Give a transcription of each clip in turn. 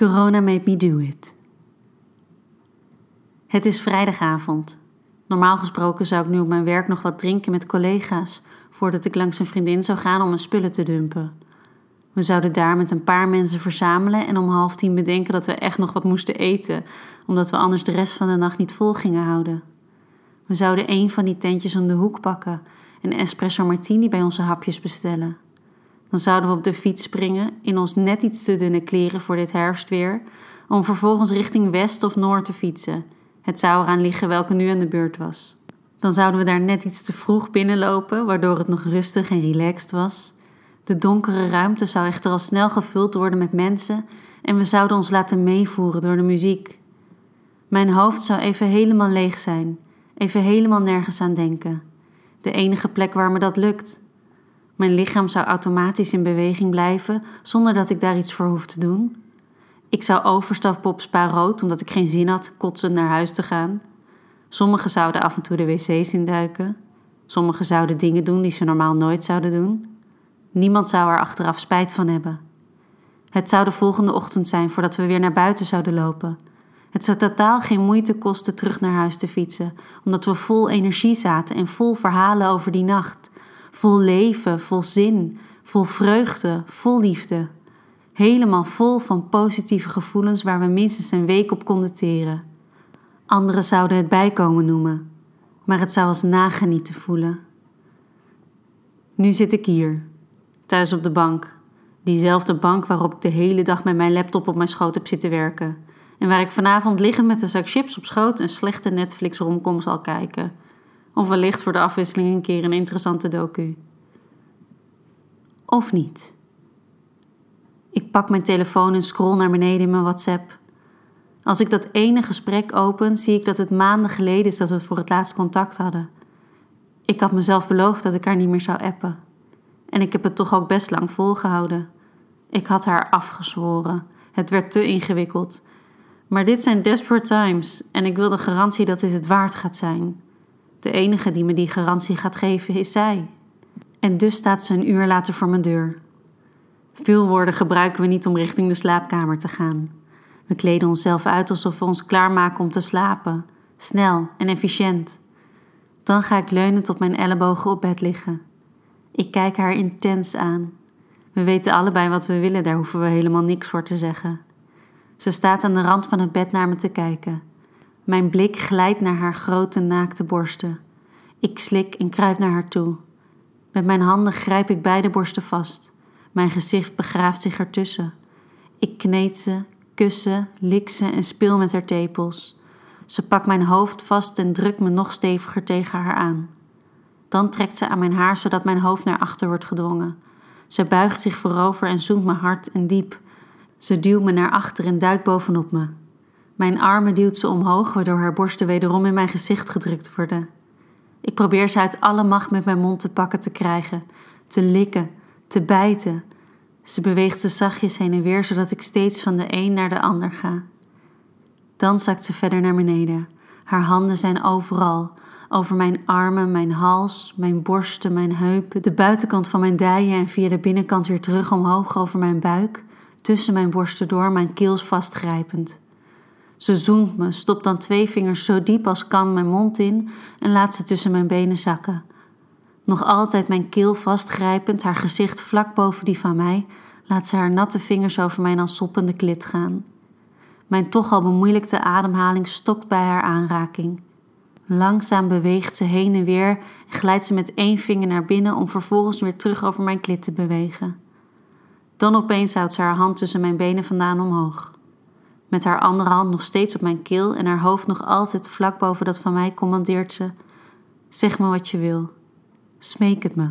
Corona made me do it. Het is vrijdagavond. Normaal gesproken zou ik nu op mijn werk nog wat drinken met collega's, voordat ik langs een vriendin zou gaan om mijn spullen te dumpen. We zouden daar met een paar mensen verzamelen en om 9:30 bedenken dat we echt nog wat moesten eten, omdat we anders de rest van de nacht niet vol gingen houden. We zouden een van die tentjes om de hoek pakken en een espresso martini bij onze hapjes bestellen. Dan zouden we op de fiets springen in ons net iets te dunne kleren voor dit herfstweer, om vervolgens richting west of noord te fietsen. Het zou eraan liggen welke nu aan de beurt was. Dan zouden we daar net iets te vroeg binnenlopen, waardoor het nog rustig en relaxed was. De donkere ruimte zou echter al snel gevuld worden met mensen en we zouden ons laten meevoeren door de muziek. Mijn hoofd zou even helemaal leeg zijn, even helemaal nergens aan denken. De enige plek waar me dat lukt. Mijn lichaam zou automatisch in beweging blijven, zonder dat ik daar iets voor hoef te doen. Ik zou overstappen op Spa-Rood, omdat ik geen zin had kotsend naar huis te gaan. Sommigen zouden af en toe de wc's induiken. Sommigen zouden dingen doen die ze normaal nooit zouden doen. Niemand zou er achteraf spijt van hebben. Het zou de volgende ochtend zijn voordat we weer naar buiten zouden lopen. Het zou totaal geen moeite kosten terug naar huis te fietsen, omdat we vol energie zaten en vol verhalen over die nacht. Vol leven, vol zin, vol vreugde, vol liefde. Helemaal vol van positieve gevoelens waar we minstens een week op konden teren. Anderen zouden het bijkomen noemen, maar het zou als nagenieten voelen. Nu zit ik hier, thuis op de bank. Diezelfde bank waarop ik de hele dag met mijn laptop op mijn schoot heb zitten werken. En waar ik vanavond liggend met een zak chips op schoot een slechte Netflix-romcom zal kijken. Of wellicht voor de afwisseling een keer een interessante docu. Of niet. Ik pak mijn telefoon en scroll naar beneden in mijn WhatsApp. Als ik dat ene gesprek open, zie ik dat het maanden geleden is dat we voor het laatst contact hadden. Ik had mezelf beloofd dat ik haar niet meer zou appen. En ik heb het toch ook best lang volgehouden. Ik had haar afgezworen. Het werd te ingewikkeld. Maar dit zijn desperate times en ik wil de garantie dat dit het waard gaat zijn. De enige die me die garantie gaat geven is zij. En dus staat ze een uur later voor mijn deur. Veel woorden gebruiken we niet om richting de slaapkamer te gaan. We kleden onszelf uit alsof we ons klaarmaken om te slapen. Snel en efficiënt. Dan ga ik leunend op mijn ellebogen op bed liggen. Ik kijk haar intens aan. We weten allebei wat we willen, daar hoeven we helemaal niks voor te zeggen. Ze staat aan de rand van het bed naar me te kijken. Mijn blik glijdt naar haar grote naakte borsten. Ik slik en kruip naar haar toe. Met mijn handen grijp ik beide borsten vast. Mijn gezicht begraaft zich ertussen. Ik kneed ze, kus ze, lik ze en speel met haar tepels. Ze pakt mijn hoofd vast en drukt me nog steviger tegen haar aan. Dan trekt ze aan mijn haar zodat mijn hoofd naar achter wordt gedwongen. Ze buigt zich voorover en zoemt me hard en diep. Ze duwt me naar achter en duikt bovenop me. Mijn armen duwt ze omhoog, waardoor haar borsten wederom in mijn gezicht gedrukt worden. Ik probeer ze uit alle macht met mijn mond te pakken te krijgen, te likken, te bijten. Ze beweegt ze zachtjes heen en weer, zodat ik steeds van de een naar de ander ga. Dan zakt ze verder naar beneden. Haar handen zijn overal, over mijn armen, mijn hals, mijn borsten, mijn heupen, de buitenkant van mijn dijen en via de binnenkant weer terug omhoog over mijn buik, tussen mijn borsten door, mijn keels vastgrijpend. Ze zoent me, stopt dan 2 vingers zo diep als kan mijn mond in en laat ze tussen mijn benen zakken. Nog altijd mijn keel vastgrijpend, haar gezicht vlak boven die van mij, laat ze haar natte vingers over mijn al soppende klit gaan. Mijn toch al bemoeilijkte ademhaling stokt bij haar aanraking. Langzaam beweegt ze heen en weer en glijdt ze met 1 vinger naar binnen om vervolgens weer terug over mijn klit te bewegen. Dan opeens houdt ze haar hand tussen mijn benen vandaan omhoog. Met haar andere hand nog steeds op mijn keel en haar hoofd nog altijd vlak boven dat van mij commandeert ze: zeg me wat je wil. Smeek het me.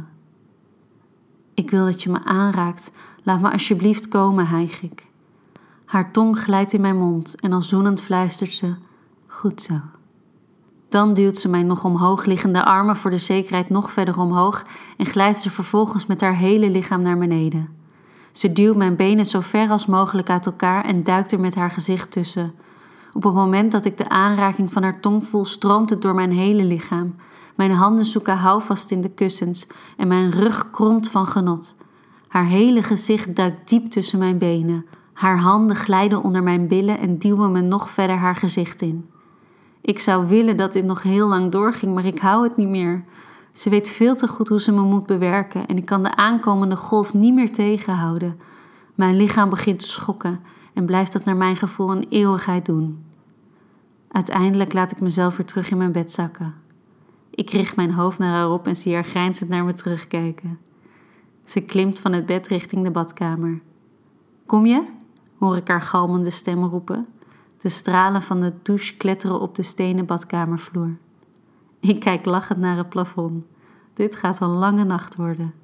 Ik wil dat je me aanraakt. Laat me alsjeblieft komen, hijg ik. Haar tong glijdt in mijn mond en al zoenend fluistert ze: goed zo. Dan duwt ze mijn nog omhoog liggende armen voor de zekerheid nog verder omhoog en glijdt ze vervolgens met haar hele lichaam naar beneden. Ze duwt mijn benen zo ver als mogelijk uit elkaar en duikt er met haar gezicht tussen. Op het moment dat ik de aanraking van haar tong voel, stroomt het door mijn hele lichaam. Mijn handen zoeken houvast in de kussens en mijn rug kromt van genot. Haar hele gezicht duikt diep tussen mijn benen. Haar handen glijden onder mijn billen en duwen me nog verder haar gezicht in. Ik zou willen dat dit nog heel lang doorging, maar ik hou het niet meer. Ze weet veel te goed hoe ze me moet bewerken en ik kan de aankomende golf niet meer tegenhouden. Mijn lichaam begint te schokken en blijft dat naar mijn gevoel een eeuwigheid doen. Uiteindelijk laat ik mezelf weer terug in mijn bed zakken. Ik richt mijn hoofd naar haar op en zie haar grijnzend naar me terugkijken. Ze klimt van het bed richting de badkamer. Kom je? Hoor ik haar galmende stem roepen. De stralen van de douche kletteren op de stenen badkamervloer. Ik kijk lachend naar het plafond. Dit gaat een lange nacht worden.